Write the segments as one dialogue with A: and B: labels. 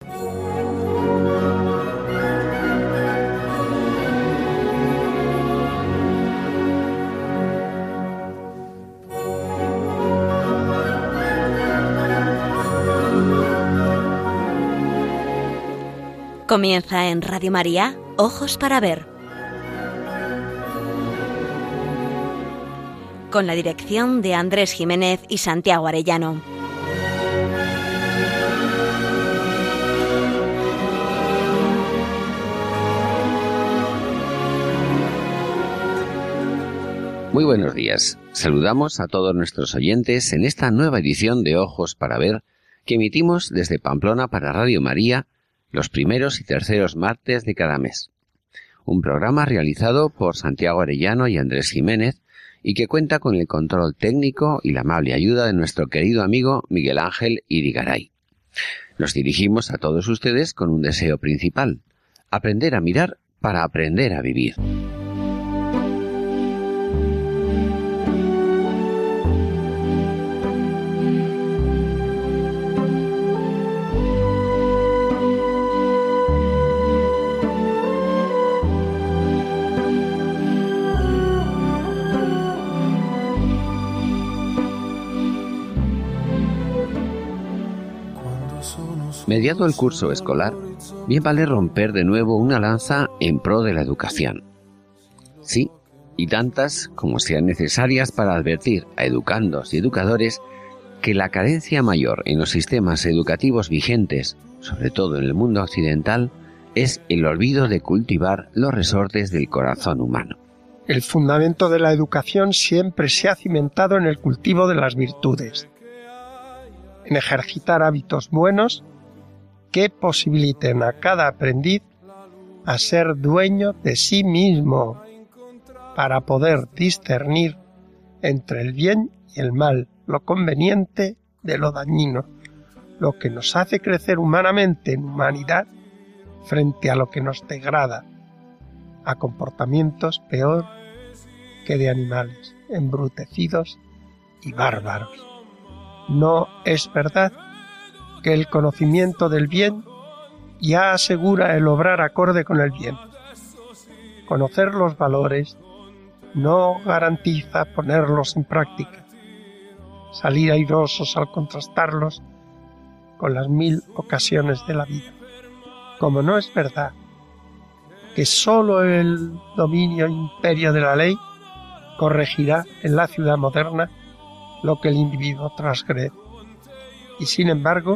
A: Comienza en Radio María, Ojos para Ver, con la dirección de Andrés Jiménez y Santiago Arellano.
B: Muy buenos días. Saludamos a todos nuestros oyentes en esta nueva edición de Ojos para Ver que emitimos desde Pamplona para Radio María los primeros y terceros martes de cada mes. Un programa realizado por Santiago Arellano y Andrés Jiménez y que cuenta con el control técnico y la amable ayuda de nuestro querido amigo Miguel Ángel Irigaray. Nos dirigimos a todos ustedes con un deseo principal: aprender a mirar para aprender a vivir. Mediado el curso escolar, bien vale romper de nuevo una lanza en pro de la educación. Sí, y tantas como sean necesarias para advertir a educandos y educadores que la carencia mayor en los sistemas educativos vigentes, sobre todo en el mundo occidental, es el olvido de cultivar los resortes del corazón humano.
C: El fundamento de la educación siempre se ha cimentado en el cultivo de las virtudes, en ejercitar hábitos buenos que posibiliten a cada aprendiz a ser dueño de sí mismo para poder discernir entre el bien y el mal, lo conveniente de lo dañino, lo que nos hace crecer humanamente en humanidad frente a lo que nos degrada a comportamientos peor que de animales embrutecidos y bárbaros. No es verdad que el conocimiento del bien ya asegura el obrar acorde con el bien. Conocer los valores no garantiza ponerlos en práctica, salir airosos al contrastarlos con las 1000 ocasiones de la vida. Como no es verdad que sólo el dominio e imperio de la ley corregirá en la ciudad moderna lo que el individuo transgrede. Y sin embargo,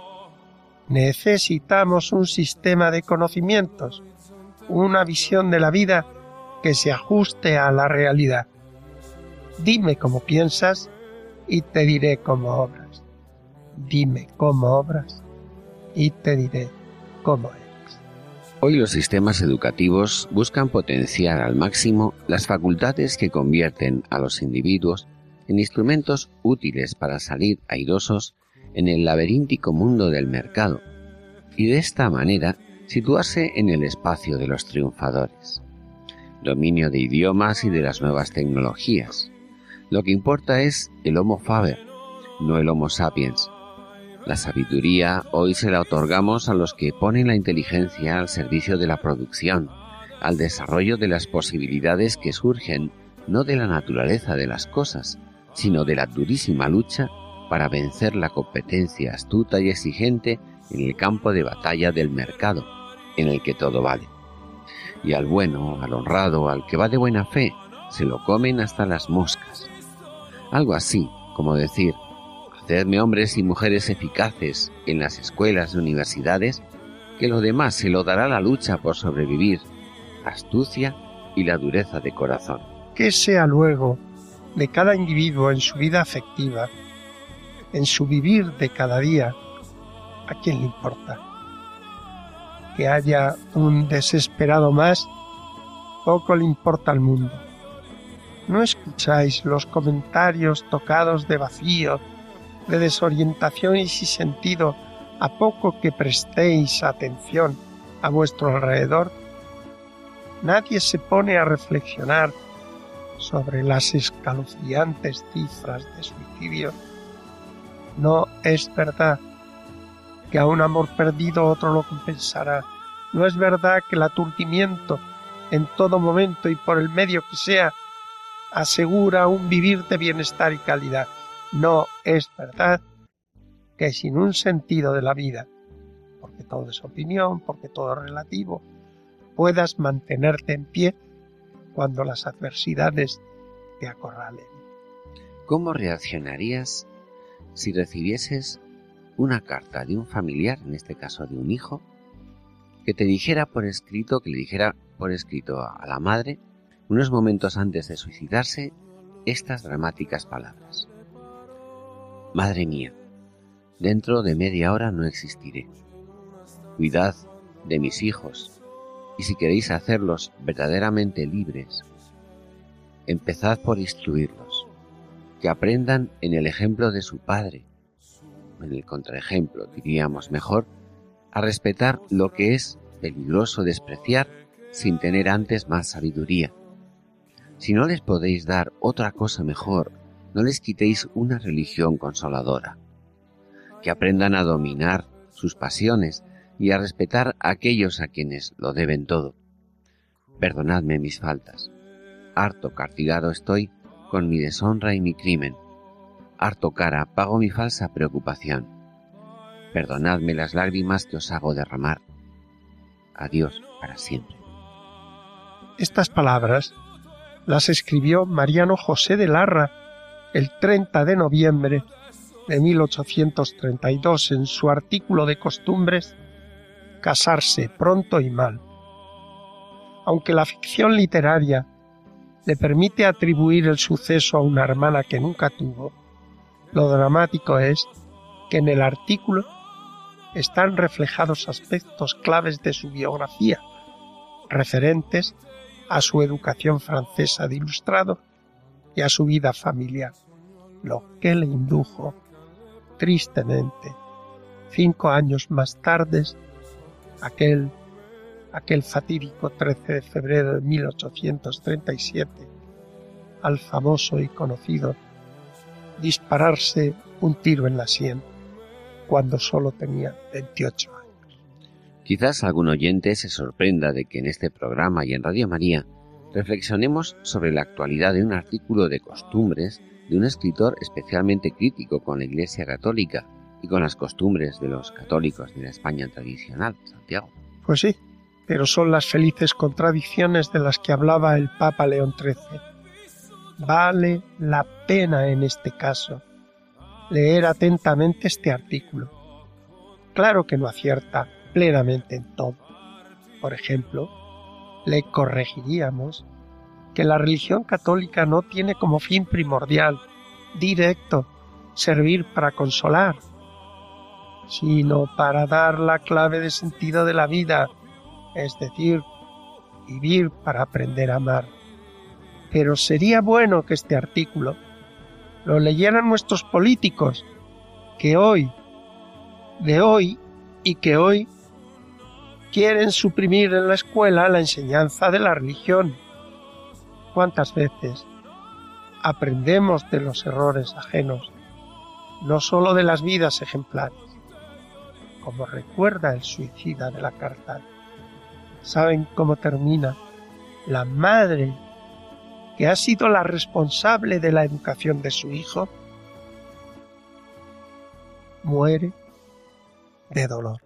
C: necesitamos un sistema de conocimientos, una visión de la vida que se ajuste a la realidad. Dime cómo piensas y te diré cómo obras. Dime cómo obras y te diré cómo eres.
B: Hoy los sistemas educativos buscan potenciar al máximo las facultades que convierten a los individuos en instrumentos útiles para salir airosos en el laberíntico mundo del mercado y de esta manera situarse en el espacio de los triunfadores. Dominio de idiomas y de las nuevas tecnologías. Lo que importa es el Homo Faber, no el Homo Sapiens. La sabiduría hoy se la otorgamos a los que ponen la inteligencia al servicio de la producción, al desarrollo de las posibilidades que surgen no de la naturaleza de las cosas, sino de la durísima lucha para vencer la competencia astuta y exigente en el campo de batalla del mercado, en el que todo vale. Y al bueno, al honrado, al que va de buena fe, se lo comen hasta las moscas. Algo así como decir: hacedme hombres y mujeres eficaces en las escuelas y universidades, que lo demás se lo dará la lucha por sobrevivir, astucia y la dureza de corazón.
C: Que sea luego de cada individuo en su vida afectiva, en su vivir de cada día, ¿a quién le importa? Que haya un desesperado más, poco le importa al mundo. ¿No escucháis los comentarios tocados de vacío, de desorientación y sin sentido, a poco que prestéis atención a vuestro alrededor? Nadie se pone a reflexionar sobre las escalofriantes cifras de suicidio. No es verdad que a un amor perdido otro lo compensará. No es verdad que el aturdimiento en todo momento y por el medio que sea asegura un vivir de bienestar y calidad. No es verdad que sin un sentido de la vida, porque todo es opinión, porque todo es relativo, puedas mantenerte en pie cuando las adversidades te acorralen.
B: ¿Cómo reaccionarías si recibieses una carta de un familiar, en este caso de un hijo, que te dijera por escrito, que le dijera por escrito a la madre, unos momentos antes de suicidarse, estas dramáticas palabras? Madre mía, dentro de media hora no existiré. Cuidad de mis hijos, y si queréis hacerlos verdaderamente libres, empezad por instruirlos, que aprendan en el ejemplo de su padre, en el contraejemplo, diríamos mejor, a respetar lo que es peligroso despreciar sin tener antes más sabiduría. Si no les podéis dar otra cosa mejor, no les quitéis una religión consoladora. Que aprendan a dominar sus pasiones y a respetar a aquellos a quienes lo deben todo. Perdonadme mis faltas. Harto castigado estoy con mi deshonra y mi crimen. Harto cara pago mi falsa preocupación. Perdonadme las lágrimas que os hago derramar. Adiós para siempre.
C: Estas palabras las escribió Mariano José de Larra el 30 de noviembre de 1832 en su artículo de costumbres Casarse pronto y mal. Aunque la ficción literaria le permite atribuir el suceso a una hermana que nunca tuvo, lo dramático es que en el artículo están reflejados aspectos claves de su biografía, referentes a su educación francesa de ilustrado y a su vida familiar, lo que le indujo, tristemente, 5 años más tarde, aquel fatídico 13 de febrero de 1837, al famoso y conocido dispararse un tiro en la sien cuando solo tenía 28 años.
B: Quizás algún oyente se sorprenda de que en este programa y en Radio María reflexionemos sobre la actualidad de un artículo de costumbres de un escritor especialmente crítico con la Iglesia Católica y con las costumbres de los católicos de la España tradicional, Santiago.
C: Pues sí, pero son las felices contradicciones de las que hablaba el Papa León XIII. Vale la pena en este caso leer atentamente este artículo. Claro que no acierta plenamente en todo. Por ejemplo, le corregiríamos que la religión católica no tiene como fin primordial, directo, servir para consolar, sino para dar la clave de sentido de la vida, es decir, vivir para aprender a amar. Pero sería bueno que este artículo lo leyeran nuestros políticos, que hoy quieren suprimir en la escuela la enseñanza de la religión. ¿Cuántas veces aprendemos de los errores ajenos, no sólo de las vidas ejemplares? Como recuerda el suicida de la Carta. ¿Saben cómo termina? La madre, que ha sido la responsable de la educación de su hijo, muere de dolor.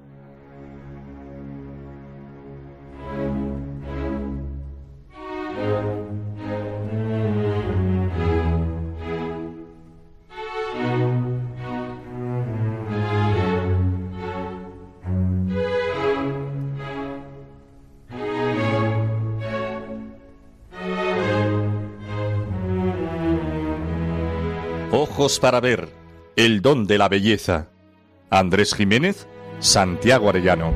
D: Ojos para ver, el don de la belleza. Andrés Jiménez, Santiago Arellano.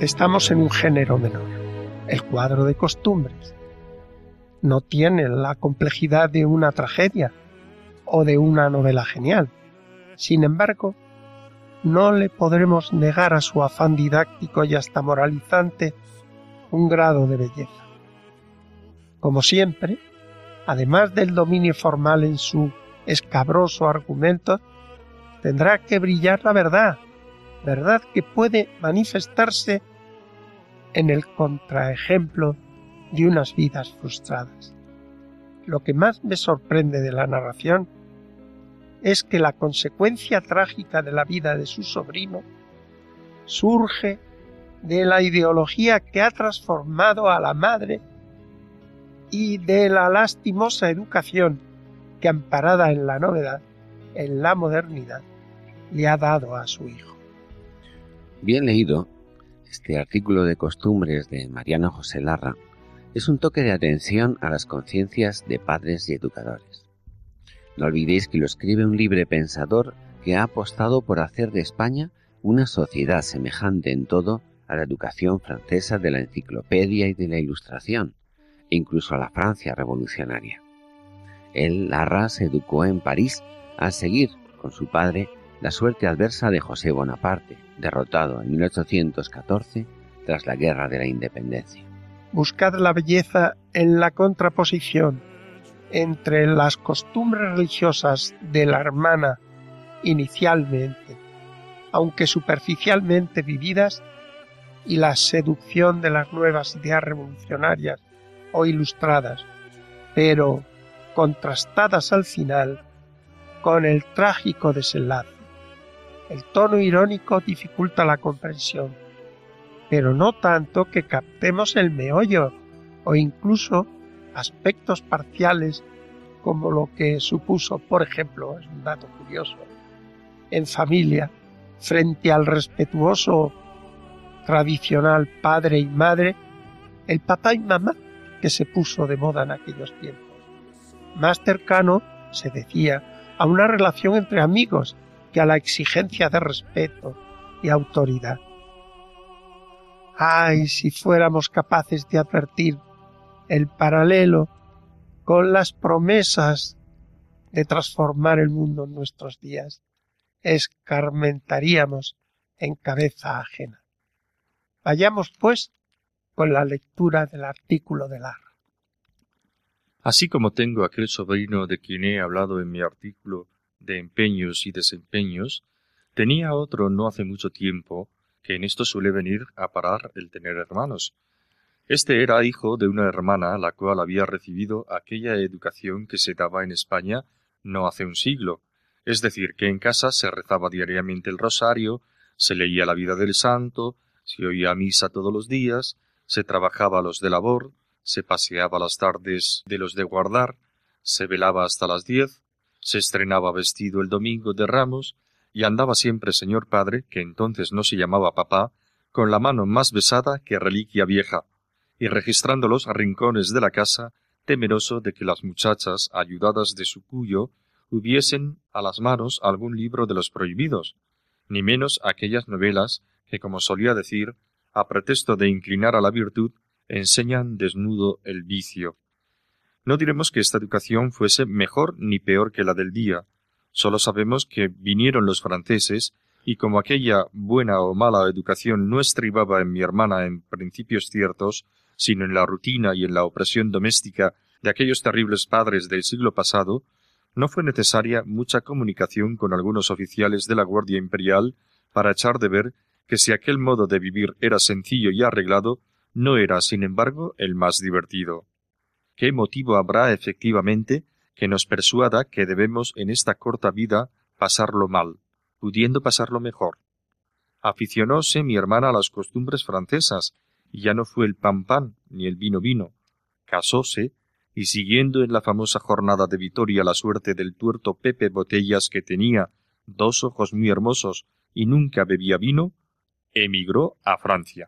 C: Estamos en un género menor, el cuadro de costumbres. No tiene la complejidad de una tragedia o de una novela genial. Sin embargo, no le podremos negar a su afán didáctico y hasta moralizante un grado de belleza. Como siempre, además del dominio formal en su escabroso argumento, tendrá que brillar la verdad que puede manifestarse en el contraejemplo de unas vidas frustradas. Lo que más me sorprende de la narración es que la consecuencia trágica de la vida de su sobrino surge de la ideología que ha transformado a la madre y de la lastimosa educación que, amparada en la novedad, en la modernidad, le ha dado a su hijo.
B: Bien leído, este artículo de costumbres de Mariano José Larra es un toque de atención a las conciencias de padres y educadores. No olvidéis que lo escribe un libre pensador que ha apostado por hacer de España una sociedad semejante en todo a la educación francesa de la enciclopedia y de la Ilustración, e incluso a la Francia revolucionaria. Él, Larra, se educó en París al seguir con su padre la suerte adversa de José Bonaparte, derrotado en 1814 tras la Guerra de la Independencia.
C: Buscad la belleza en la contraposición entre las costumbres religiosas de la hermana inicialmente, aunque superficialmente vividas, y la seducción de las nuevas ideas revolucionarias o ilustradas, pero contrastadas al final con el trágico desenlace. El tono irónico dificulta la comprensión, pero no tanto que captemos el meollo o incluso aspectos parciales como lo que supuso, por ejemplo, es un dato curioso, en familia, frente al respetuoso tradicional padre y madre, el papá y mamá que se puso de moda en aquellos tiempos. Más cercano, se decía, a una relación entre amigos que a la exigencia de respeto y autoridad. ¡Ay, si fuéramos capaces de advertir el paralelo con las promesas de transformar el mundo en nuestros días! Escarmentaríamos en cabeza ajena. Vayamos, pues, con la lectura del artículo de Larra.
E: Así como tengo aquel sobrino de quien he hablado en mi artículo de empeños y desempeños, tenía otro no hace mucho tiempo, que en esto suele venir a parar el tener hermanos. Este era hijo de una hermana la cual había recibido aquella educación que se daba en España no hace un siglo, es decir, que en casa se rezaba diariamente el rosario, se leía la vida del santo, se oía misa todos los días, se trabajaba los de labor, se paseaba las tardes de los de guardar, se velaba hasta las 10, se estrenaba vestido el domingo de Ramos, y andaba siempre señor padre, que entonces no se llamaba papá, con la mano más besada que reliquia vieja, y registrando los rincones de la casa, temeroso de que las muchachas, ayudadas de su cuyo, hubiesen a las manos algún libro de los prohibidos, ni menos aquellas novelas que, como solía decir, a pretexto de inclinar a la virtud, enseñan desnudo el vicio. No diremos que esta educación fuese mejor ni peor que la del día, solo sabemos que vinieron los franceses, y como aquella buena o mala educación no estribaba en mi hermana en principios ciertos, sino en la rutina y en la opresión doméstica de aquellos terribles padres del siglo pasado, no fue necesaria mucha comunicación con algunos oficiales de la Guardia Imperial para echar de ver que si aquel modo de vivir era sencillo y arreglado, no era, sin embargo, el más divertido. ¿Qué motivo habrá efectivamente que nos persuada que debemos en esta corta vida pasarlo mal, pudiendo pasarlo mejor? Aficionóse mi hermana a las costumbres francesas, y ya no fue el pan ni el vino. Casóse, y siguiendo en la famosa jornada de Vitoria la suerte del tuerto Pepe Botellas, que tenía 2 ojos muy hermosos y nunca bebía vino, emigró a Francia.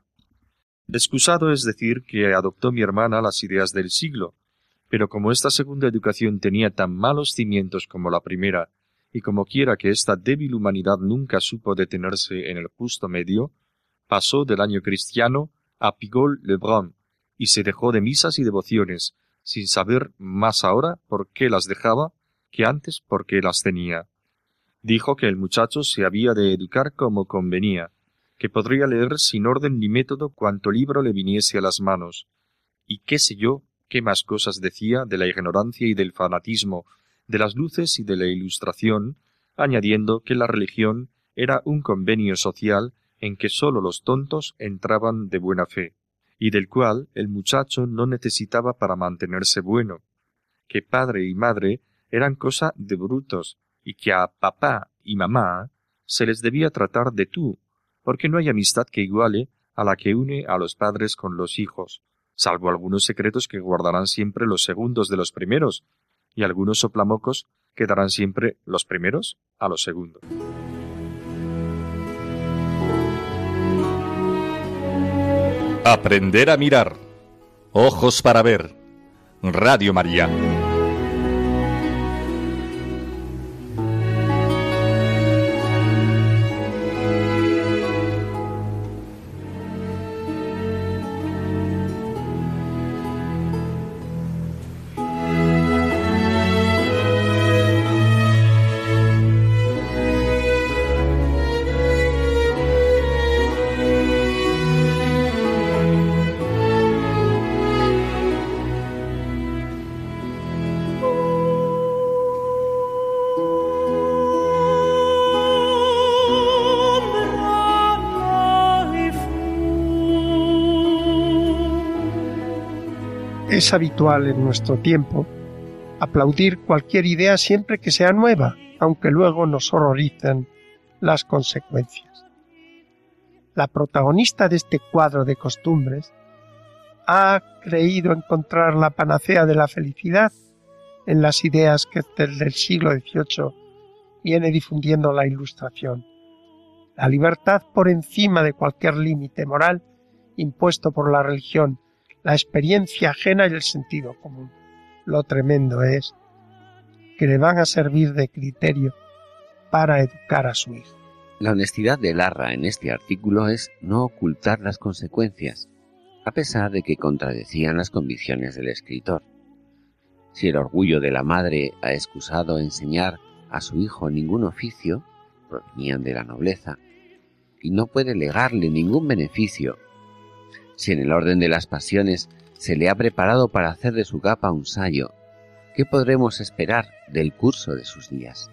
E: Excusado es decir que adoptó mi hermana las ideas del siglo, pero como esta segunda educación tenía tan malos cimientos como la primera, y como quiera que esta débil humanidad nunca supo detenerse en el justo medio, pasó del año cristiano a Pigault-Lebrun y se dejó de misas y devociones, sin saber más ahora por qué las dejaba que antes por qué las tenía. Dijo que el muchacho se había de educar como convenía, que podría leer sin orden ni método cuanto libro le viniese a las manos, y qué sé yo, qué más cosas decía de la ignorancia y del fanatismo, de las luces y de la ilustración, añadiendo que la religión era un convenio social en que sólo los tontos entraban de buena fe, y del cual el muchacho no necesitaba para mantenerse bueno, que padre y madre eran cosa de brutos, y que a papá y mamá se les debía tratar de tú, porque no hay amistad que iguale a la que une a los padres con los hijos, salvo algunos secretos que guardarán siempre los segundos de los primeros, y algunos soplamocos que darán siempre los primeros a los segundos.
D: Aprender a mirar. Ojos para ver. Radio María.
C: Es habitual en nuestro tiempo aplaudir cualquier idea siempre que sea nueva, aunque luego nos horroricen las consecuencias. La protagonista de este cuadro de costumbres ha creído encontrar la panacea de la felicidad en las ideas que desde el siglo XVIII viene difundiendo la Ilustración. La libertad por encima de cualquier límite moral impuesto por la religión, la experiencia ajena y el sentido común. Lo tremendo es que le van a servir de criterio para educar a su hijo.
B: La honestidad de Larra en este artículo es no ocultar las consecuencias, a pesar de que contradecían las convicciones del escritor. Si el orgullo de la madre ha excusado enseñar a su hijo ningún oficio, provenían de la nobleza, y no puede legarle ningún beneficio. Si en el orden de las pasiones se le ha preparado para hacer de su capa un sayo, ¿qué podremos esperar del curso de sus días?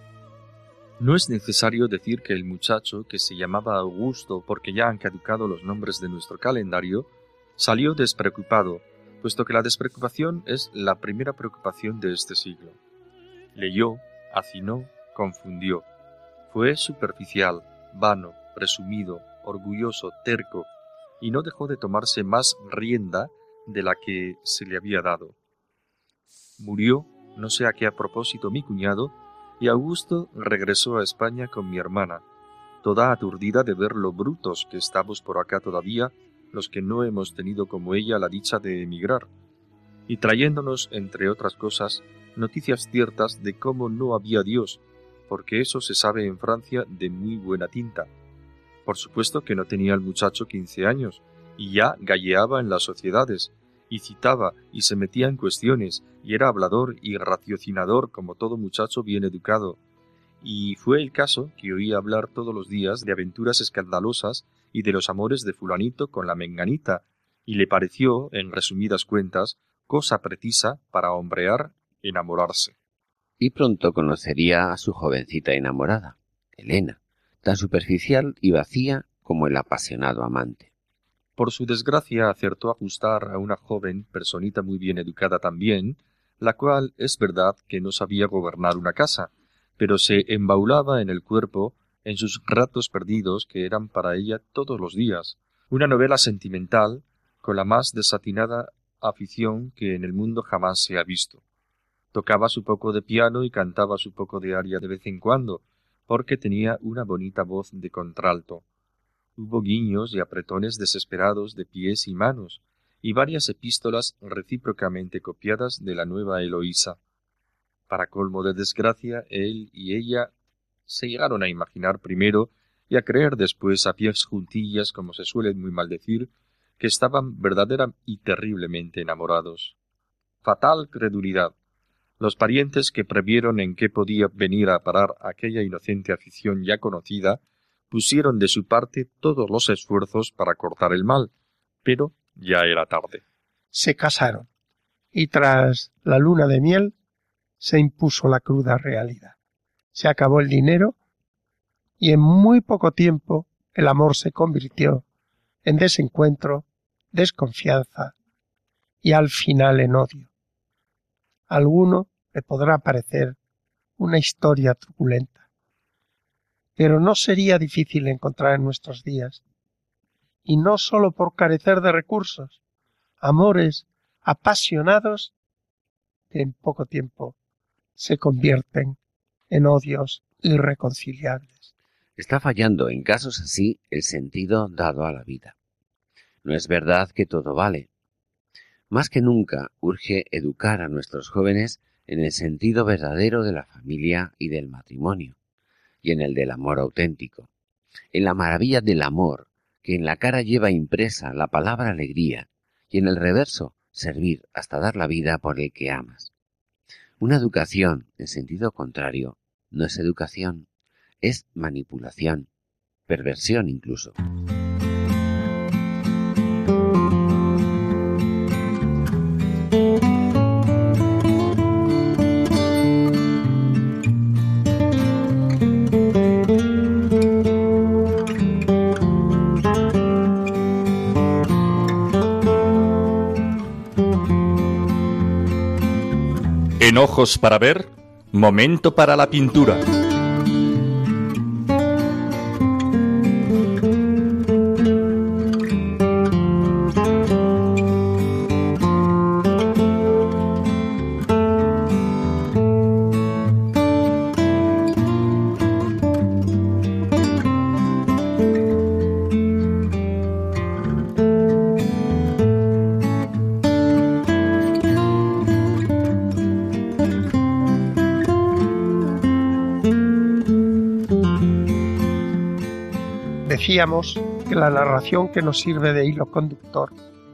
E: No es necesario decir que el muchacho, que se llamaba Augusto porque ya han caducado los nombres de nuestro calendario, salió despreocupado, puesto que la despreocupación es la primera preocupación de este siglo. Leyó, afinó, confundió. Fue superficial, vano, presumido, orgulloso, terco, y no dejó de tomarse más rienda de la que se le había dado. Murió, no sé a qué a propósito, mi cuñado, y Augusto regresó a España con mi hermana, toda aturdida de ver lo brutos que estamos por acá todavía, los que no hemos tenido como ella la dicha de emigrar, y trayéndonos, entre otras cosas, noticias ciertas de cómo no había Dios, porque eso se sabe en Francia de muy buena tinta. Por supuesto que no tenía el muchacho 15 años, y ya galleaba en las sociedades, y citaba y se metía en cuestiones, y era hablador y raciocinador como todo muchacho bien educado. Y fue el caso que oía hablar todos los días de aventuras escandalosas y de los amores de fulanito con la menganita, y le pareció, en resumidas cuentas, cosa precisa para hombrear, enamorarse.
B: Y pronto conocería a su jovencita enamorada, Elena, tan superficial y vacía como el apasionado amante.
E: Por su desgracia acertó a gustar a una joven personita muy bien educada también, la cual es verdad que no sabía gobernar una casa, pero se embaulaba en el cuerpo en sus ratos perdidos que eran para ella todos los días, una novela sentimental con la más desatinada afición que en el mundo jamás se ha visto. Tocaba su poco de piano y cantaba su poco de aria de vez en cuando, porque tenía una bonita voz de contralto. Hubo guiños y apretones desesperados de pies y manos, y varias epístolas recíprocamente copiadas de la nueva Eloísa. Para colmo de desgracia, él y ella se llegaron a imaginar primero y a creer después a pies juntillas, como se suele muy mal decir, que estaban verdadera y terriblemente enamorados. Fatal credulidad. Los parientes que previeron en qué podía venir a parar aquella inocente afición ya conocida, pusieron de su parte todos los esfuerzos para cortar el mal, pero ya era tarde.
C: Se casaron, y tras la luna de miel se impuso la cruda realidad. Se acabó el dinero, y en muy poco tiempo el amor se convirtió en desencuentro, desconfianza y al final en odio. A alguno le podrá parecer una historia truculenta, pero no sería difícil encontrar en nuestros días, y no sólo por carecer de recursos, amores apasionados que en poco tiempo se convierten en odios irreconciliables.
B: Está fallando en casos así el sentido dado a la vida. No es verdad que todo vale. Más que nunca urge educar a nuestros jóvenes en el sentido verdadero de la familia y del matrimonio, y en el del amor auténtico, en la maravilla del amor, que en la cara lleva impresa la palabra alegría, y en el reverso servir hasta dar la vida por el que amas. Una educación en sentido contrario no es educación, es manipulación, perversión incluso.
D: En ojos para ver, momento para la pintura.
C: Decíamos que la narración que nos sirve de hilo conductor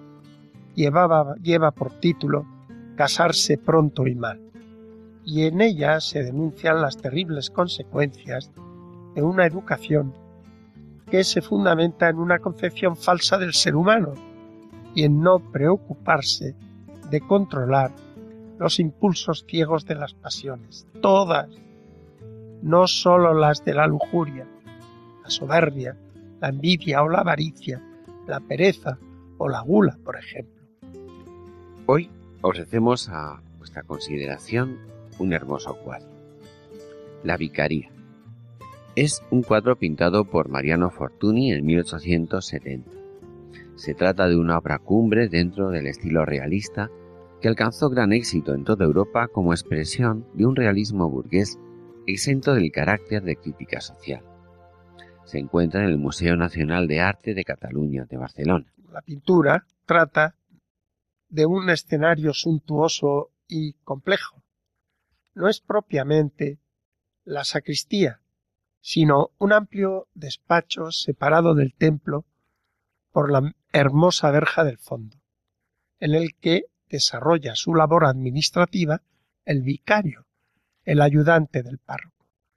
C: lleva por título Casarse pronto y mal, y en ella se denuncian las terribles consecuencias de una educación que se fundamenta en una concepción falsa del ser humano y en no preocuparse de controlar los impulsos ciegos de las pasiones, todas, no sólo las de la lujuria, la soberbia, la envidia o la avaricia, la pereza o la gula, por ejemplo.
B: Hoy ofrecemos a vuestra consideración un hermoso cuadro. La Vicaría. Es un cuadro pintado por Mariano Fortuny en 1870. Se trata de una obra cumbre dentro del estilo realista que alcanzó gran éxito en toda Europa como expresión de un realismo burgués exento del carácter de crítica social. Se encuentra en el Museo Nacional de Arte de Cataluña de Barcelona.
C: La pintura trata de un escenario suntuoso y complejo. No es propiamente la sacristía, sino un amplio despacho separado del templo por la hermosa verja del fondo, en el que desarrolla su labor administrativa el vicario, el ayudante del párroco.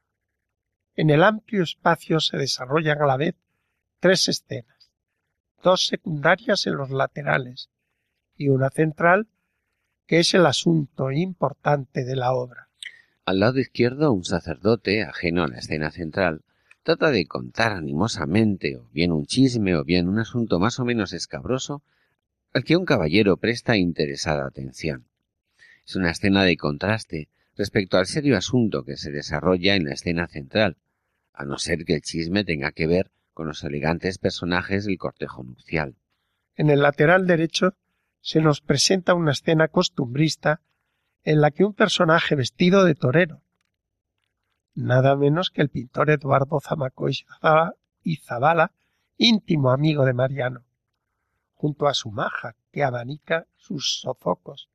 C: En el amplio espacio se desarrollan a la vez 3 escenas, 2 secundarias en los laterales y una central que es el asunto importante de la obra.
B: Al lado izquierdo, un sacerdote, ajeno a la escena central, trata de contar animosamente o bien un chisme o bien un asunto más o menos escabroso al que un caballero presta interesada atención. Es una escena de contraste respecto al serio asunto que se desarrolla en la escena central, a no ser que el chisme tenga que ver con los elegantes personajes del cortejo nupcial.
C: En el lateral derecho se nos presenta una escena costumbrista en la que un personaje vestido de torero, nada menos que el pintor Eduardo Zamacois y Zabala, íntimo amigo de Mariano, junto a su maja que abanica sus sofocos,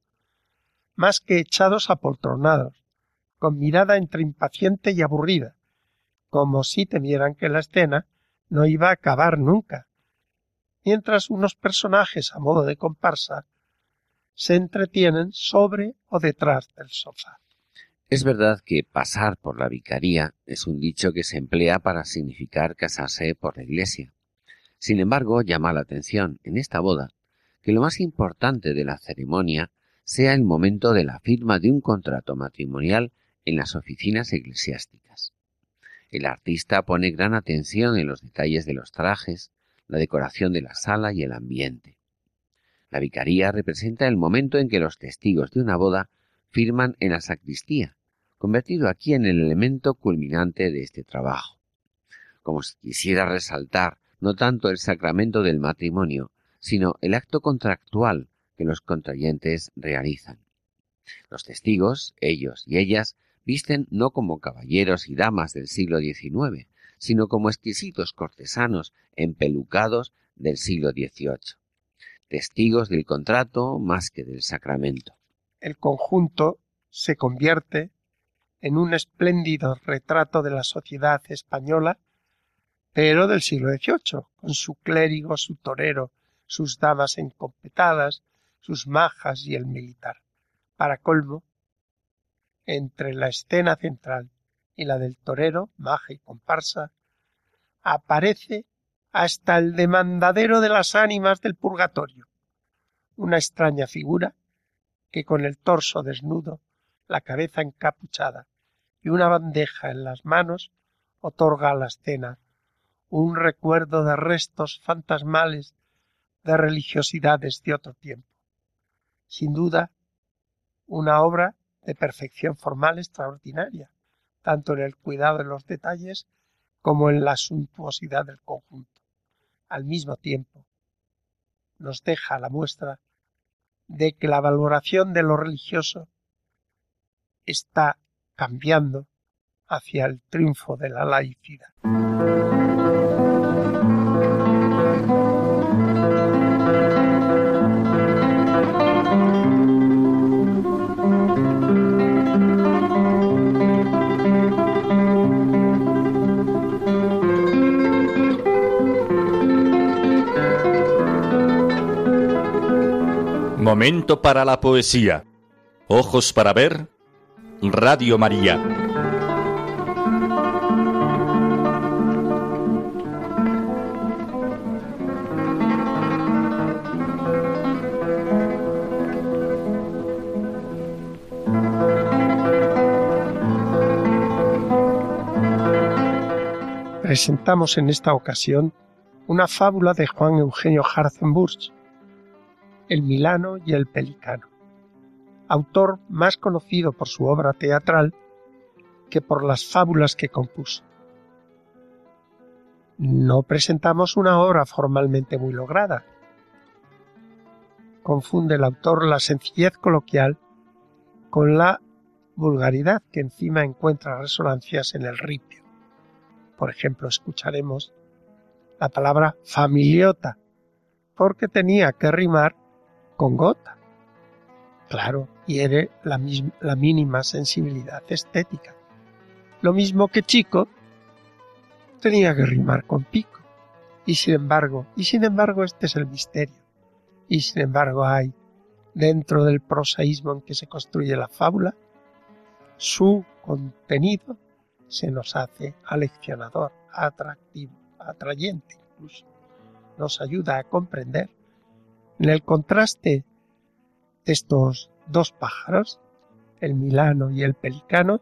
C: más que echados apoltronados, con mirada entre impaciente y aburrida, como si temieran que la escena no iba a acabar nunca, mientras unos personajes a modo de comparsa se entretienen sobre o detrás del sofá.
B: Es verdad que pasar por la vicaría es un dicho que se emplea para significar casarse por la iglesia. Sin embargo, llama la atención en esta boda que lo más importante de la ceremonia sea el momento de la firma de un contrato matrimonial en las oficinas eclesiásticas. El artista pone gran atención en los detalles de los trajes, la decoración de la sala y el ambiente. La vicaría representa el momento en que los testigos de una boda firman en la sacristía, convertido aquí en el elemento culminante de este trabajo. Como si quisiera resaltar no tanto el sacramento del matrimonio, sino el acto contractual que los contrayentes realizan. Los testigos, ellos y ellas, visten no como caballeros y damas del siglo XIX, sino como exquisitos cortesanos empelucados del siglo XVIII. Testigos del contrato más que del sacramento.
C: El conjunto se convierte en un espléndido retrato de la sociedad española, pero del siglo XVIII, con su clérigo, su torero, sus damas encopetadas, sus majas y el militar. Para colmo, entre la escena central y la del torero, maja y comparsa, aparece hasta el demandadero de las ánimas del purgatorio, una extraña figura que con el torso desnudo, la cabeza encapuchada y una bandeja en las manos otorga a la escena un recuerdo de restos fantasmales de religiosidades de otro tiempo. Sin duda, una obra de perfección formal extraordinaria, tanto en el cuidado de los detalles como en la suntuosidad del conjunto. Al mismo tiempo, nos deja la muestra de que la valoración de lo religioso está cambiando hacia el triunfo de la laicidad.
D: Momento para la poesía. Ojos para ver. Radio María.
C: Presentamos en esta ocasión una fábula de Juan Eugenio Hartzenbusch, El Milano y el Pelicano, autor más conocido por su obra teatral que por las fábulas que compuso. No presentamos una obra formalmente muy lograda. Confunde el autor la sencillez coloquial con la vulgaridad que encima encuentra resonancias en el ripio. Por ejemplo, escucharemos la palabra familiota, porque tenía que rimar con gota. Claro, hiere la mínima sensibilidad estética. Lo mismo que chico tenía que rimar con pico. Y sin embargo este es el misterio. Y sin embargo hay, dentro del prosaísmo en que se construye la fábula, su contenido se nos hace aleccionador, atractivo, atrayente incluso. Nos ayuda a comprender en el contraste de estos dos pájaros, el milano y el pelicano,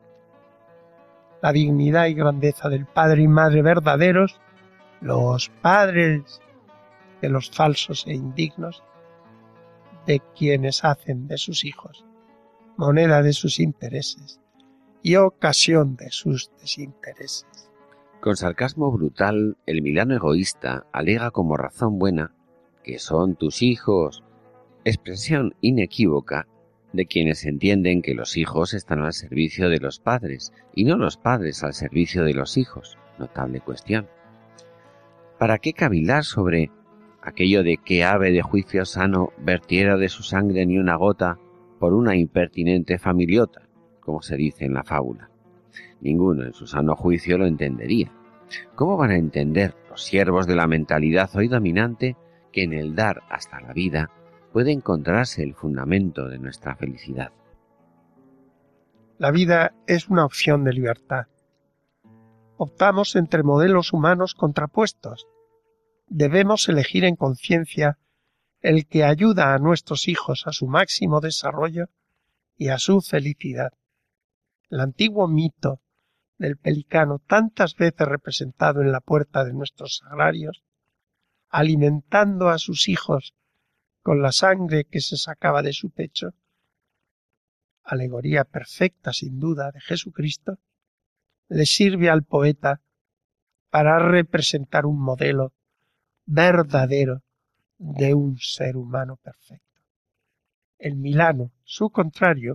C: la dignidad y grandeza del padre y madre verdaderos, los padres de los falsos e indignos, de quienes hacen de sus hijos moneda de sus intereses y ocasión de sus desintereses.
B: Con sarcasmo brutal, el milano egoísta alega como razón buena que son tus hijos, expresión inequívoca de quienes entienden que los hijos están al servicio de los padres y no los padres al servicio de los hijos. Notable cuestión. ¿Para qué cavilar sobre aquello de que ave de juicio sano vertiera de su sangre ni una gota por una impertinente familiota, como se dice en la fábula? Ninguno en su sano juicio lo entendería. ¿Cómo van a entender los siervos de la mentalidad hoy dominante que en el dar hasta la vida puede encontrarse el fundamento de nuestra felicidad?
C: La vida es una opción de libertad. Optamos entre modelos humanos contrapuestos. Debemos elegir en conciencia el que ayuda a nuestros hijos a su máximo desarrollo y a su felicidad. El antiguo mito del pelicano, tantas veces representado en la puerta de nuestros sagrarios, alimentando a sus hijos con la sangre que se sacaba de su pecho, alegoría perfecta sin duda de Jesucristo, le sirve al poeta para representar un modelo verdadero de un ser humano perfecto. En Milano, su contrario,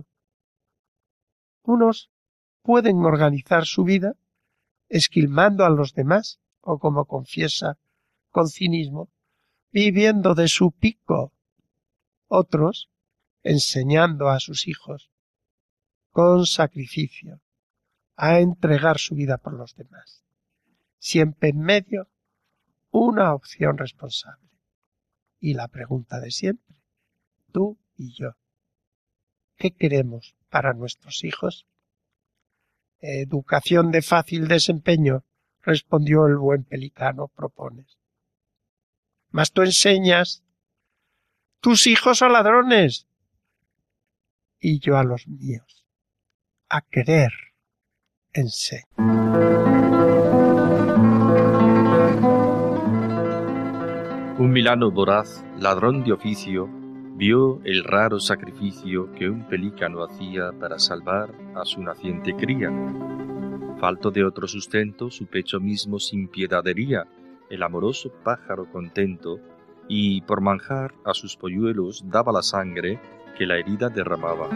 C: unos pueden organizar su vida esquilmando a los demás, o como confiesa con cinismo, viviendo de su pico. Otros, enseñando a sus hijos, con sacrificio, a entregar su vida por los demás. Siempre en medio, una opción responsable. Y la pregunta de siempre, tú y yo, ¿qué queremos para nuestros hijos? Educación de fácil desempeño, respondió el buen pelicano, propones. Mas tú enseñas tus hijos a ladrones y yo a los míos a querer enseño.
E: Un milano voraz, ladrón de oficio, vio el raro sacrificio que un pelícano hacía para salvar a su naciente cría. Falto de otro sustento, su pecho mismo sin piedad hería el amoroso pájaro contento, y por manjar a sus polluelos daba la sangre que la herida derramaba.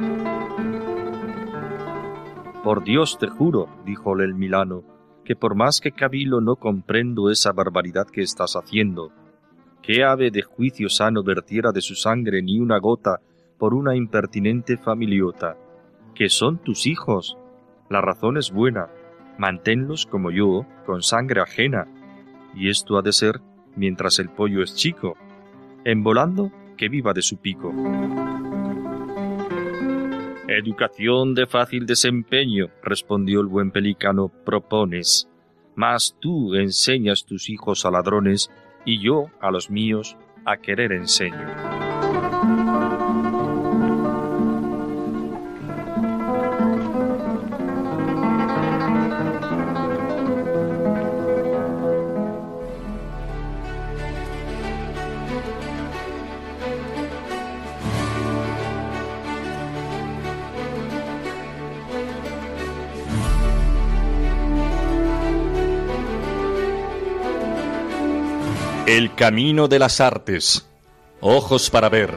E: Por Dios te juro, díjole el milano, que por más que cavilo no comprendo esa barbaridad que estás haciendo. ¿Qué ave de juicio sano vertiera de su sangre ni una gota por una impertinente familiota? Que son tus hijos. La razón es buena. Manténlos como yo, con sangre ajena. Y esto ha de ser mientras el pollo es chico. En volando, que viva de su pico. Educación de fácil desempeño, respondió el buen pelicano, propones. Mas tú enseñas tus hijos a ladrones, y yo a los míos a querer enseño.
D: El camino de las artes. Ojos para ver.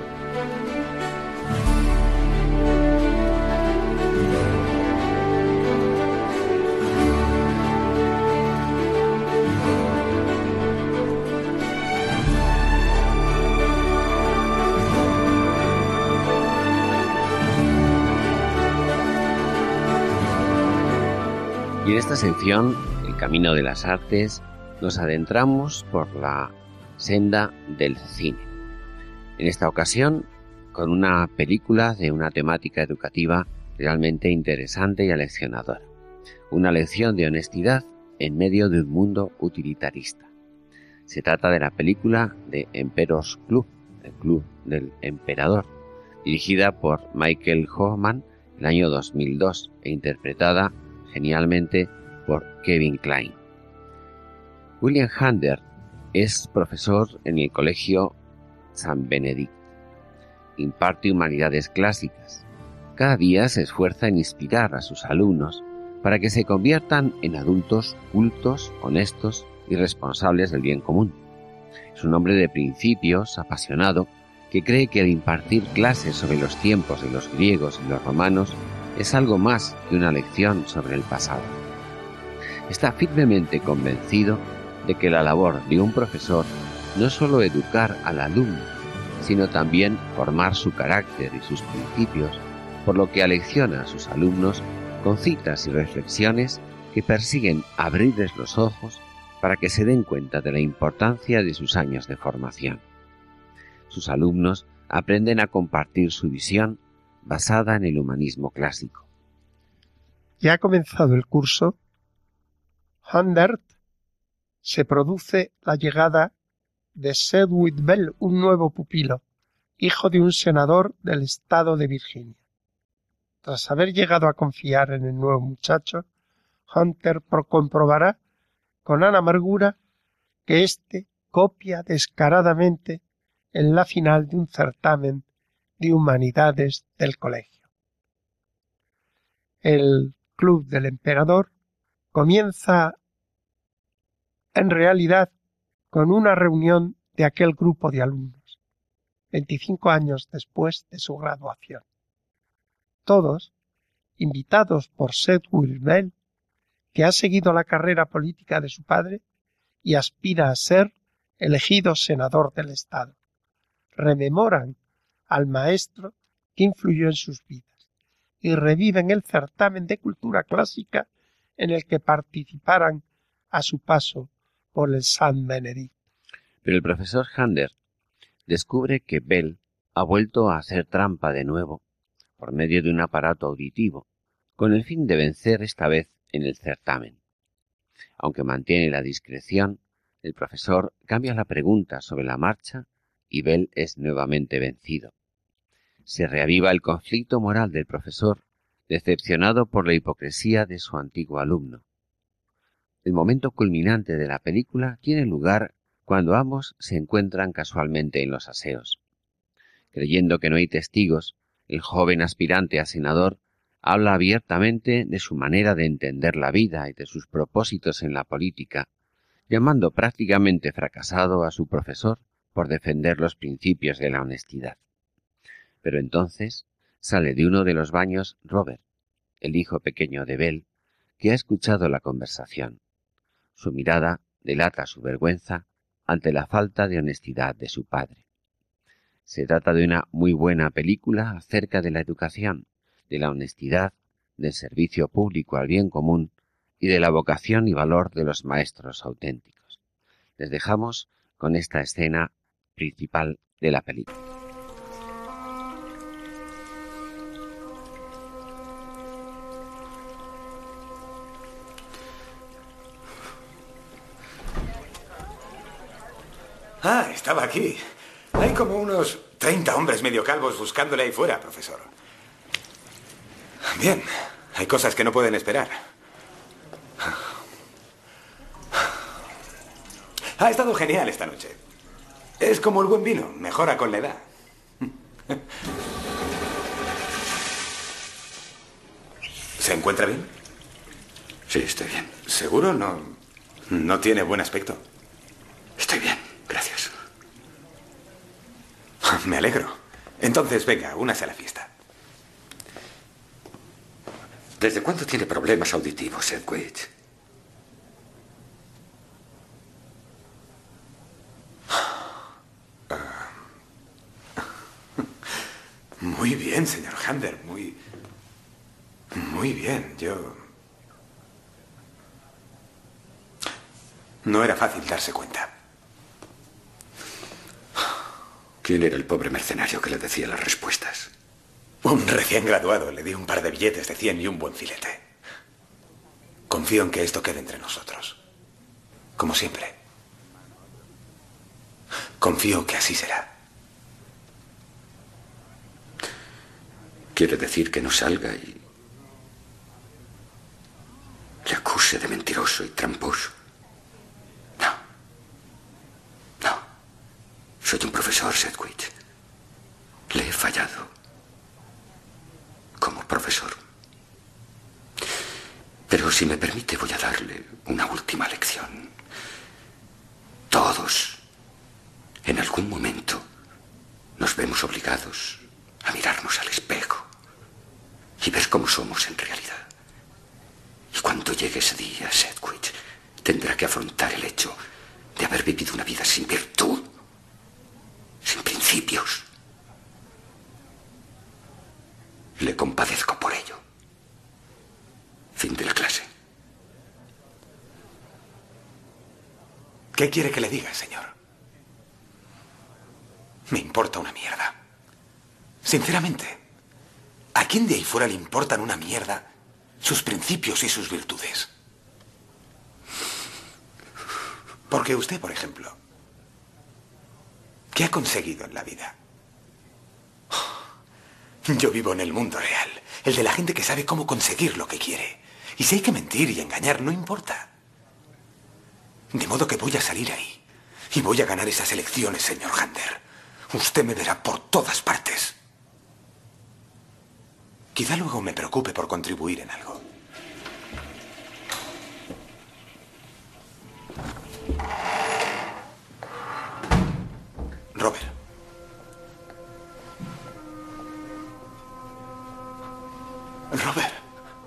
B: Y en esta sección, El camino de las artes, nos adentramos por la senda del cine. En esta ocasión, con una película de una temática educativa realmente interesante y aleccionadora. Una lección de honestidad en medio de un mundo utilitarista. Se trata de la película de Emperor's Club, el Club del Emperador, dirigida por Michael Hoffman en el año 2002 e interpretada genialmente por Kevin Kline. William Handler es profesor en el Colegio San Benedict. Imparte humanidades clásicas. Cada día se esfuerza en inspirar a sus alumnos para que se conviertan en adultos cultos, honestos y responsables del bien común. Es un hombre de principios, apasionado, que cree que al impartir clases sobre los tiempos de los griegos y los romanos es algo más que una lección sobre el pasado. Está firmemente convencido de que la labor de un profesor no es solo educar al alumno, sino también formar su carácter y sus principios, por lo que alecciona a sus alumnos con citas y reflexiones que persiguen abrirles los ojos para que se den cuenta de la importancia de sus años de formación. Sus alumnos aprenden a compartir su visión basada en el humanismo clásico.
C: Ya ha comenzado el curso, Handert se produce la llegada de Sedgwick Bell, un nuevo pupilo, hijo de un senador del estado de Virginia. Tras haber llegado a confiar en el nuevo muchacho, Hunter comprobará con amargura que éste copia descaradamente en la final de un certamen de humanidades del colegio. El Club del Emperador comienza en realidad con una reunión de aquel grupo de alumnos, 25 años después de su graduación. Todos, invitados por Sedgwick Bell, que ha seguido la carrera política de su padre y aspira a ser elegido senador del estado, rememoran al maestro que influyó en sus vidas y reviven el certamen de cultura clásica en el que participaran a su paso por el St. Benedict.
B: Pero el profesor Handert descubre que Bell ha vuelto a hacer trampa de nuevo por medio de un aparato auditivo, con el fin de vencer esta vez en el certamen. Aunque mantiene la discreción, el profesor cambia la pregunta sobre la marcha y Bell es nuevamente vencido. Se reaviva el conflicto moral del profesor, decepcionado por la hipocresía de su antiguo alumno. El momento culminante de la película tiene lugar cuando ambos se encuentran casualmente en los aseos. Creyendo que no hay testigos, el joven aspirante a senador habla abiertamente de su manera de entender la vida y de sus propósitos en la política, llamando prácticamente fracasado a su profesor por defender los principios de la honestidad. Pero entonces sale de uno de los baños Robert, el hijo pequeño de Bell, que ha escuchado la conversación. Su mirada delata su vergüenza ante la falta de honestidad de su padre. Se trata de una muy buena película acerca de la educación, de la honestidad, del servicio público al bien común y de la vocación y valor de los maestros auténticos. Les dejamos con esta escena principal de la película.
F: Ah, estaba aquí. Hay como unos 30 hombres medio calvos buscándole ahí fuera, profesor. Bien, hay cosas que no pueden esperar. Ha estado genial esta noche. Es como el buen vino, mejora con la edad. ¿Se encuentra bien?
G: Sí, estoy bien.
F: ¿Seguro? No tiene buen aspecto.
G: Estoy bien, gracias.
F: Me alegro. Entonces, venga, únase a la fiesta.
G: ¿Desde cuándo tiene problemas auditivos, Sedgwick?
F: Muy bien, señor Handert, muy bien. No era fácil darse cuenta.
G: ¿Quién era el pobre mercenario que le decía las respuestas?
F: Un recién graduado. Le di un par de billetes de 100 y un buen filete. Confío en que esto quede entre nosotros. Como siempre. Confío que así será.
G: ¿Quiere decir que no salga y le acuse de mentiroso y tramposo? No. Soy un profesor, Sedgwick. Le he fallado como profesor. Pero si me permite, voy a darle una última lección. Todos, en algún momento, nos vemos obligados a mirarnos al espejo y ver cómo somos en realidad. Y cuando llegue ese día, Sedgwick tendrá que afrontar el hecho de haber vivido una vida sin virtud, sin principios. Le compadezco por ello. Fin de la clase.
F: ¿Qué quiere que le diga, señor? Me importa una mierda. Sinceramente, ¿a quién de ahí fuera le importan una mierda sus principios y sus virtudes? Porque usted, por ejemplo, ¿qué ha conseguido en la vida? Yo vivo en el mundo real, el de la gente que sabe cómo conseguir lo que quiere. Y si hay que mentir y engañar, no importa. De modo que voy a salir ahí y voy a ganar esas elecciones, señor Hunter. Usted me verá por todas partes. Quizá luego me preocupe por contribuir en algo. Robert. Robert.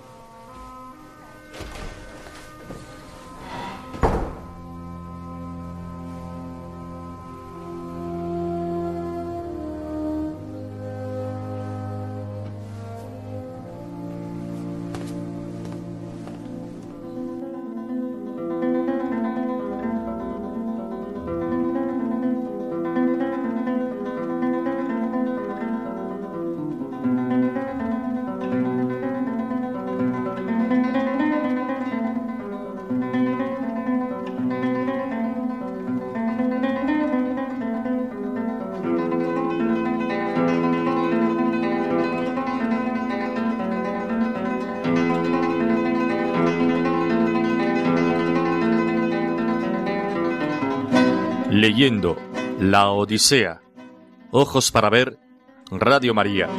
E: Leyendo La Odisea. Ojos para ver. Radio María.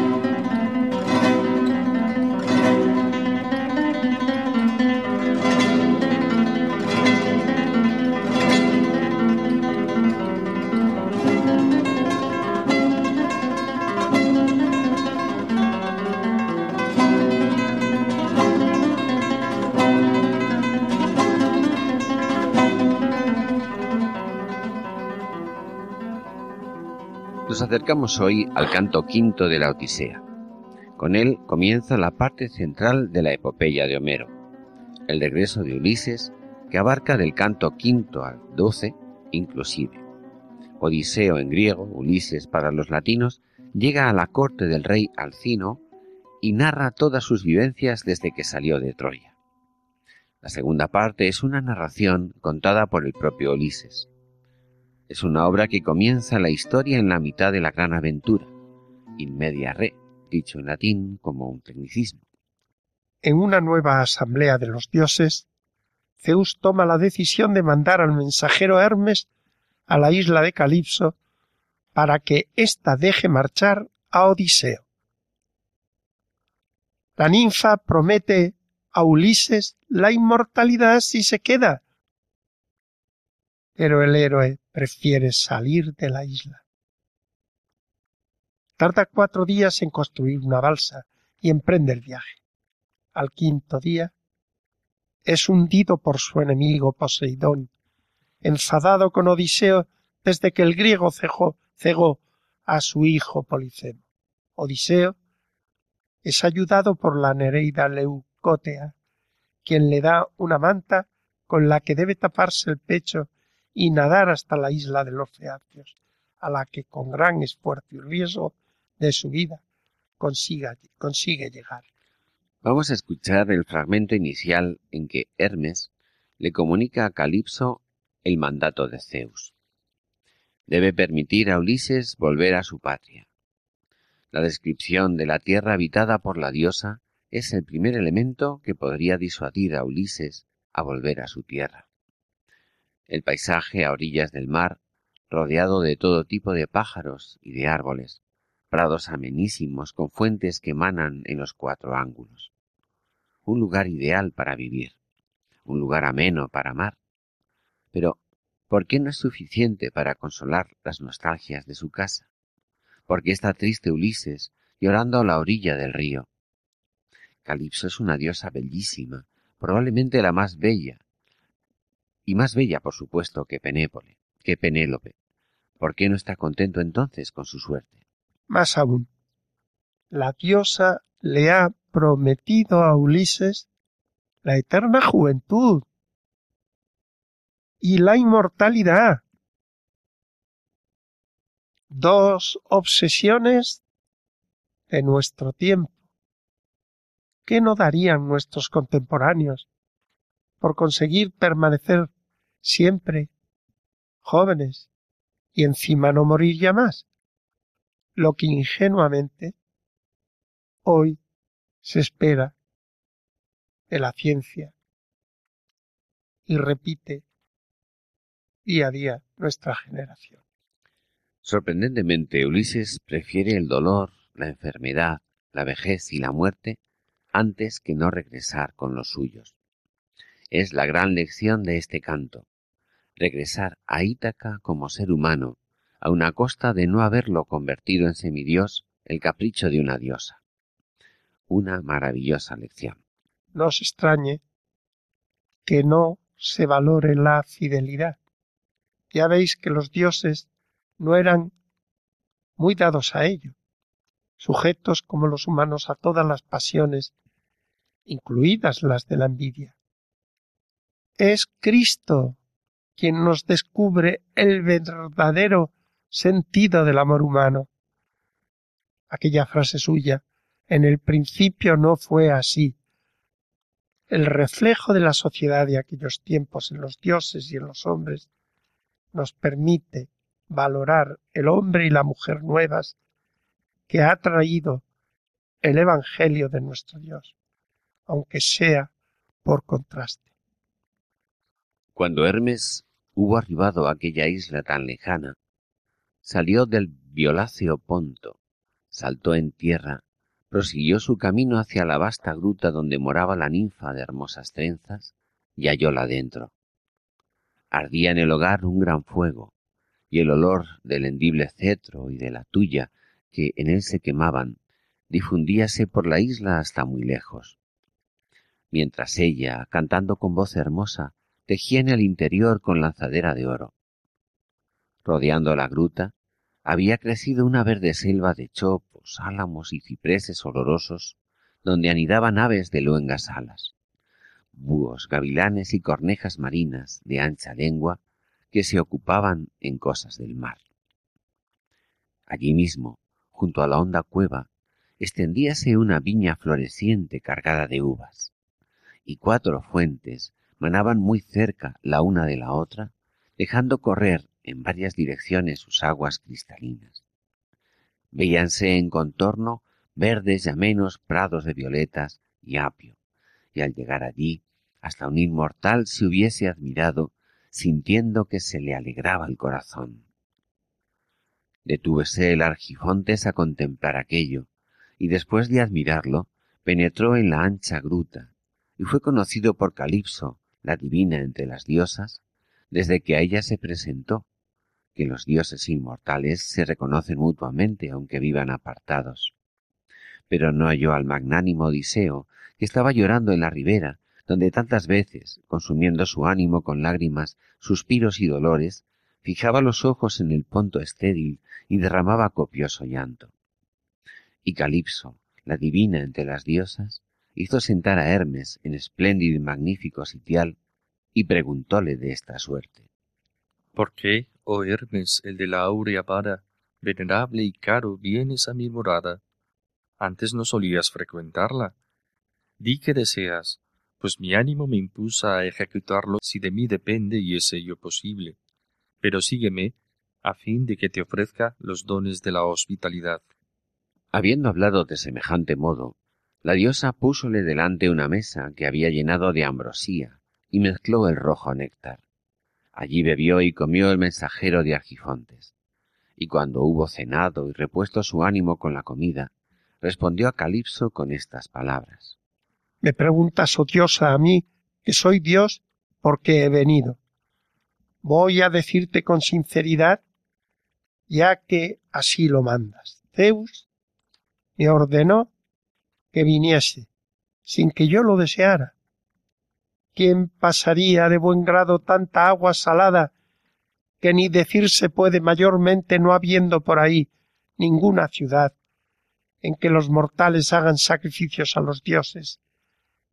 B: Nos acercamos hoy al canto quinto de la Odisea. Con él comienza la parte central de la epopeya de Homero, el regreso de Ulises, que abarca del canto quinto al 12 inclusive. Odiseo en griego, Ulises para los latinos, llega a la corte del rey Alcino y narra todas sus vivencias desde que salió de Troya. La segunda parte es una narración contada por el propio Ulises. Es una obra que comienza la historia en la mitad de la gran aventura, in media re, dicho en latín como un tecnicismo.
C: En una nueva asamblea de los dioses, Zeus toma la decisión de mandar al mensajero Hermes a la isla de Calipso para que ésta deje marchar a Odiseo. La ninfa promete a Ulises la inmortalidad si se queda, pero el héroe prefiere salir de la isla. Tarda 4 días en construir una balsa y emprende el viaje. Al 5.º día es hundido por su enemigo Poseidón, enfadado con Odiseo desde que el griego cegó a su hijo Polifemo. Odiseo es ayudado por la nereida Leucótea, quien le da una manta con la que debe taparse el pecho y nadar hasta la isla de los Feacios, a la que con gran esfuerzo y riesgo de su vida consigue llegar.
B: Vamos a escuchar el fragmento inicial en que Hermes le comunica a Calipso el mandato de Zeus. Debe permitir a Ulises volver a su patria. La descripción de la tierra habitada por la diosa es el primer elemento que podría disuadir a Ulises a volver a su tierra. El paisaje a orillas del mar, rodeado de todo tipo de pájaros y de árboles, prados amenísimos con fuentes que emanan en los 4 ángulos. Un lugar ideal para vivir, un lugar ameno para amar. Pero, ¿por qué no es suficiente para consolar las nostalgias de su casa? ¿Por qué está triste Ulises llorando a la orilla del río? Calipso es una diosa bellísima, probablemente la más bella, y más bella, por supuesto, que Penélope. ¿Por qué no está contento entonces con su suerte?
C: Más aún, la diosa le ha prometido a Ulises la eterna juventud y la inmortalidad. Dos obsesiones de nuestro tiempo. ¿Qué no darían nuestros contemporáneos por conseguir permanecer siempre jóvenes y encima no morir ya más? Lo que ingenuamente hoy se espera de la ciencia y repite día a día nuestra generación.
B: Sorprendentemente, Ulises prefiere el dolor, la enfermedad, la vejez y la muerte antes que no regresar con los suyos. Es la gran lección de este canto, regresar a Ítaca como ser humano, aun a costa de no haberlo convertido en semidios el capricho de una diosa. Una maravillosa lección.
C: No os extrañe que no se valore la fidelidad. Ya veis que los dioses no eran muy dados a ello, sujetos como los humanos a todas las pasiones, incluidas las de la envidia. Es Cristo quien nos descubre el verdadero sentido del amor humano. Aquella frase suya, en el principio no fue así. El reflejo de la sociedad de aquellos tiempos en los dioses y en los hombres nos permite valorar el hombre y la mujer nuevas que ha traído el Evangelio de nuestro Dios, aunque sea por contraste.
B: Cuando Hermes hubo arribado a aquella isla tan lejana, salió del violáceo Ponto, saltó en tierra, prosiguió su camino hacia la vasta gruta donde moraba la ninfa de hermosas trenzas y hallóla dentro. Ardía en el hogar un gran fuego, y el olor del hendible cetro y de la tuya que en él se quemaban difundíase por la isla hasta muy lejos. Mientras ella, cantando con voz hermosa, tejía en el interior con lanzadera de oro. Rodeando la gruta, había crecido una verde selva de chopos, álamos y cipreses olorosos, donde anidaban aves de luengas alas, búhos, gavilanes y cornejas marinas de ancha lengua que se ocupaban en cosas del mar. Allí mismo, junto a la honda cueva, extendíase una viña floreciente cargada de uvas, y 4 fuentes manaban muy cerca la una de la otra, dejando correr en varias direcciones sus aguas cristalinas. Veíanse en contorno verdes y amenos prados de violetas y apio, y al llegar allí, hasta un inmortal se hubiese admirado, sintiendo que se le alegraba el corazón. Detúvese el Argifontes a contemplar aquello, y después de admirarlo, penetró en la ancha gruta, y fue conocido por Calipso, la divina entre las diosas, desde que a ella se presentó, que los dioses inmortales se reconocen mutuamente aunque vivan apartados. Pero no halló al magnánimo Odiseo, que estaba llorando en la ribera, donde tantas veces, consumiendo su ánimo con lágrimas, suspiros y dolores, fijaba los ojos en el Ponto estéril y derramaba copioso llanto. Y Calipso, la divina entre las diosas, hizo sentar a Hermes en espléndido y magnífico sitial y preguntóle de esta suerte:
E: ¿Por qué, oh Hermes, el de la áurea vara, venerable y caro, vienes a mi morada? Antes no solías frecuentarla. Di que deseas, pues mi ánimo me impulsa a ejecutarlo si de mí depende y es ello posible. Pero sígueme, a fin de que te ofrezca los dones de la hospitalidad.
B: Habiendo hablado de semejante modo, la diosa púsole delante una mesa que había llenado de ambrosía y mezcló el rojo néctar. Allí bebió y comió el mensajero de Argifontes, y cuando hubo cenado y repuesto su ánimo con la comida, respondió a Calipso con estas palabras:
C: Me preguntas, oh diosa, a mí, que soy Dios, ¿por qué he venido? Voy a decirte con sinceridad, ya que así lo mandas. Zeus me ordenó que viniese, sin que yo lo deseara. ¿Quién pasaría de buen grado tanta agua salada que ni decirse puede mayormente no habiendo por ahí ninguna ciudad en que los mortales hagan sacrificios a los dioses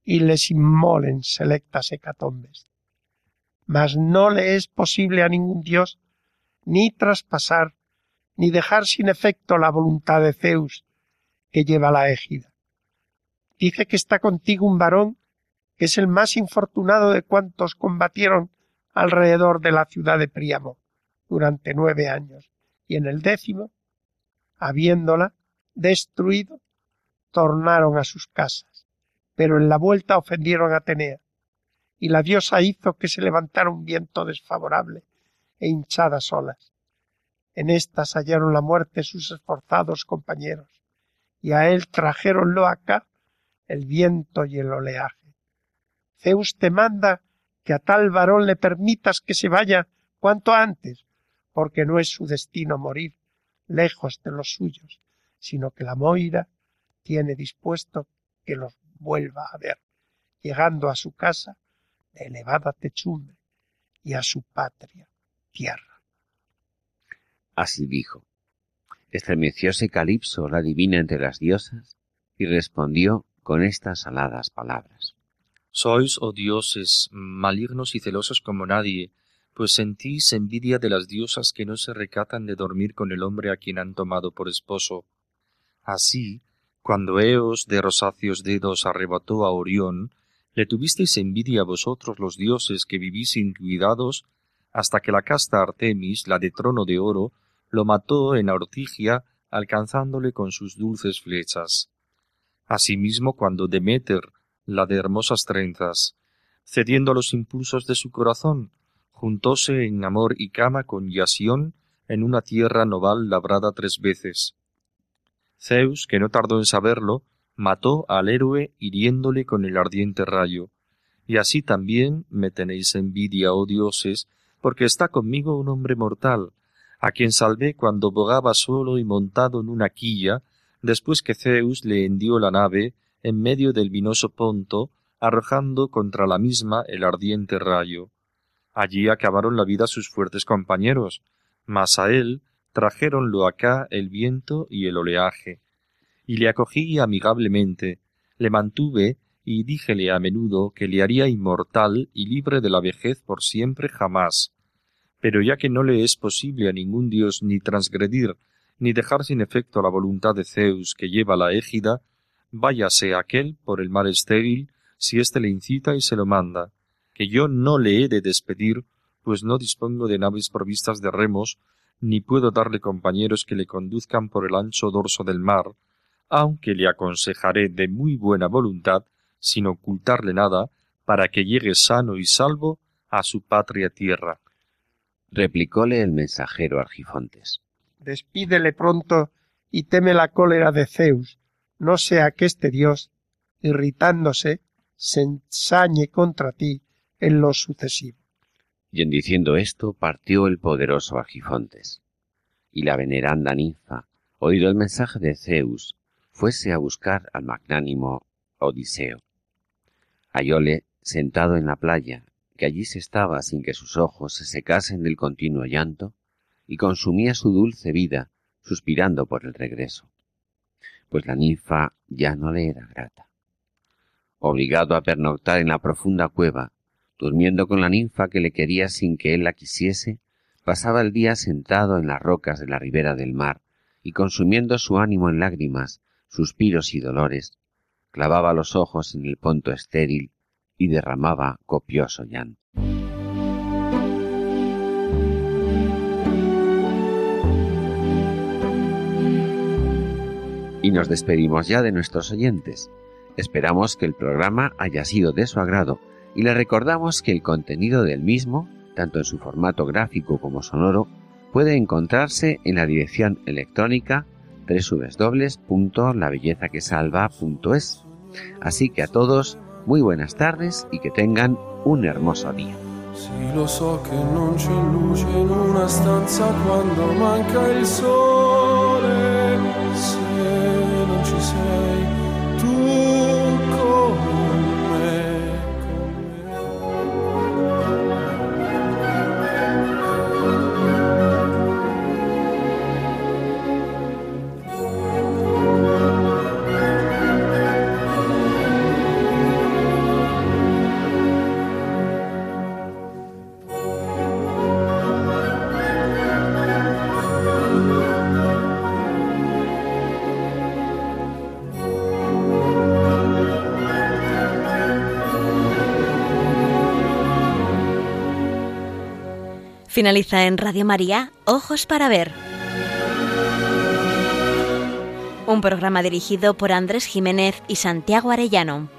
C: y les inmolen selectas hecatombes. Mas no le es posible a ningún dios ni traspasar ni dejar sin efecto la voluntad de Zeus, que lleva la égida. Dice que está contigo un varón que es el más infortunado de cuantos combatieron alrededor de la ciudad de Príamo durante 9 años, y en el 10º, habiéndola destruido, tornaron a sus casas, pero en la vuelta ofendieron a Atenea, y la diosa hizo que se levantara un viento desfavorable e hinchadas olas. En estas hallaron la muerte sus esforzados compañeros, y a él trajéronlo acá el viento y el oleaje. Zeus te manda que a tal varón le permitas que se vaya cuanto antes, porque no es su destino morir lejos de los suyos, sino que la Moira tiene dispuesto que los vuelva a ver, llegando a su casa de elevada techumbre y a su patria tierra.
B: Así dijo. Estremecióse Calipso, la divina entre las diosas, y respondió con estas aladas palabras.
E: Sois, oh dioses, malignos y celosos como nadie, pues sentís envidia de las diosas que no se recatan de dormir con el hombre a quien han tomado por esposo. Así, cuando Eos de rosáceos dedos arrebató a Orión, le tuvisteis envidia vosotros los dioses que vivís sin cuidados, hasta que la casta Artemis, la de trono de oro, lo mató en Ortigia, alcanzándole con sus dulces flechas. Asimismo, cuando Deméter, la de hermosas trenzas, cediendo a los impulsos de su corazón, juntóse en amor y cama con Yasión en una tierra noval labrada 3 veces. Zeus, que no tardó en saberlo, mató al héroe hiriéndole con el ardiente rayo. Y así también me tenéis envidia, oh dioses, porque está conmigo un hombre mortal, a quien salvé cuando bogaba solo y montado en una quilla, después que Zeus le hendió la nave en medio del vinoso Ponto, arrojando contra la misma el ardiente rayo. Allí acabaron la vida sus fuertes compañeros, mas a él trajéronlo acá el viento y el oleaje. Y le acogí amigablemente, le mantuve y díjele a menudo que le haría inmortal y libre de la vejez por siempre jamás. Pero ya que no le es posible a ningún dios ni transgredir, ni dejar sin efecto la voluntad de Zeus que lleva la égida, váyase aquél por el mar estéril, si éste le incita y se lo manda, que yo no le he de despedir, pues no dispongo de naves provistas de remos, ni puedo darle compañeros que le conduzcan por el ancho dorso del mar, aunque le aconsejaré de muy buena voluntad, sin ocultarle nada, para que llegue sano y salvo a su patria tierra.
B: Replicóle el mensajero Argifontes.
C: Despídele pronto y teme la cólera de Zeus, no sea que este dios, irritándose, se ensañe contra ti en lo sucesivo.
B: Y en diciendo esto partió el poderoso Argifontes. Y la veneranda ninfa, oído el mensaje de Zeus, fuese a buscar al magnánimo Odiseo. Hallóle sentado en la playa, que allí se estaba sin que sus ojos se secasen del continuo llanto, y consumía su dulce vida, suspirando por el regreso, pues la ninfa ya no le era grata. Obligado a pernoctar en la profunda cueva, durmiendo con la ninfa que le quería sin que él la quisiese, pasaba el día sentado en las rocas de la ribera del mar, y consumiendo su ánimo en lágrimas, suspiros y dolores, clavaba los ojos en el Ponto estéril y derramaba copioso llanto. Y nos despedimos ya de nuestros oyentes. Esperamos que el programa haya sido de su agrado y le recordamos que el contenido del mismo, tanto en su formato gráfico como sonoro, puede encontrarse en la dirección electrónica www.labellezaquesalva.es. Así que a todos, muy buenas tardes y que tengan un hermoso día.
H: Sì, lo so che non c'è luce in una stanza quando manca il sole, se non ci sei tu con me, con me.
A: Finaliza en Radio María, Ojos para Ver. Un programa dirigido por Andrés Jiménez y Santiago Arellano.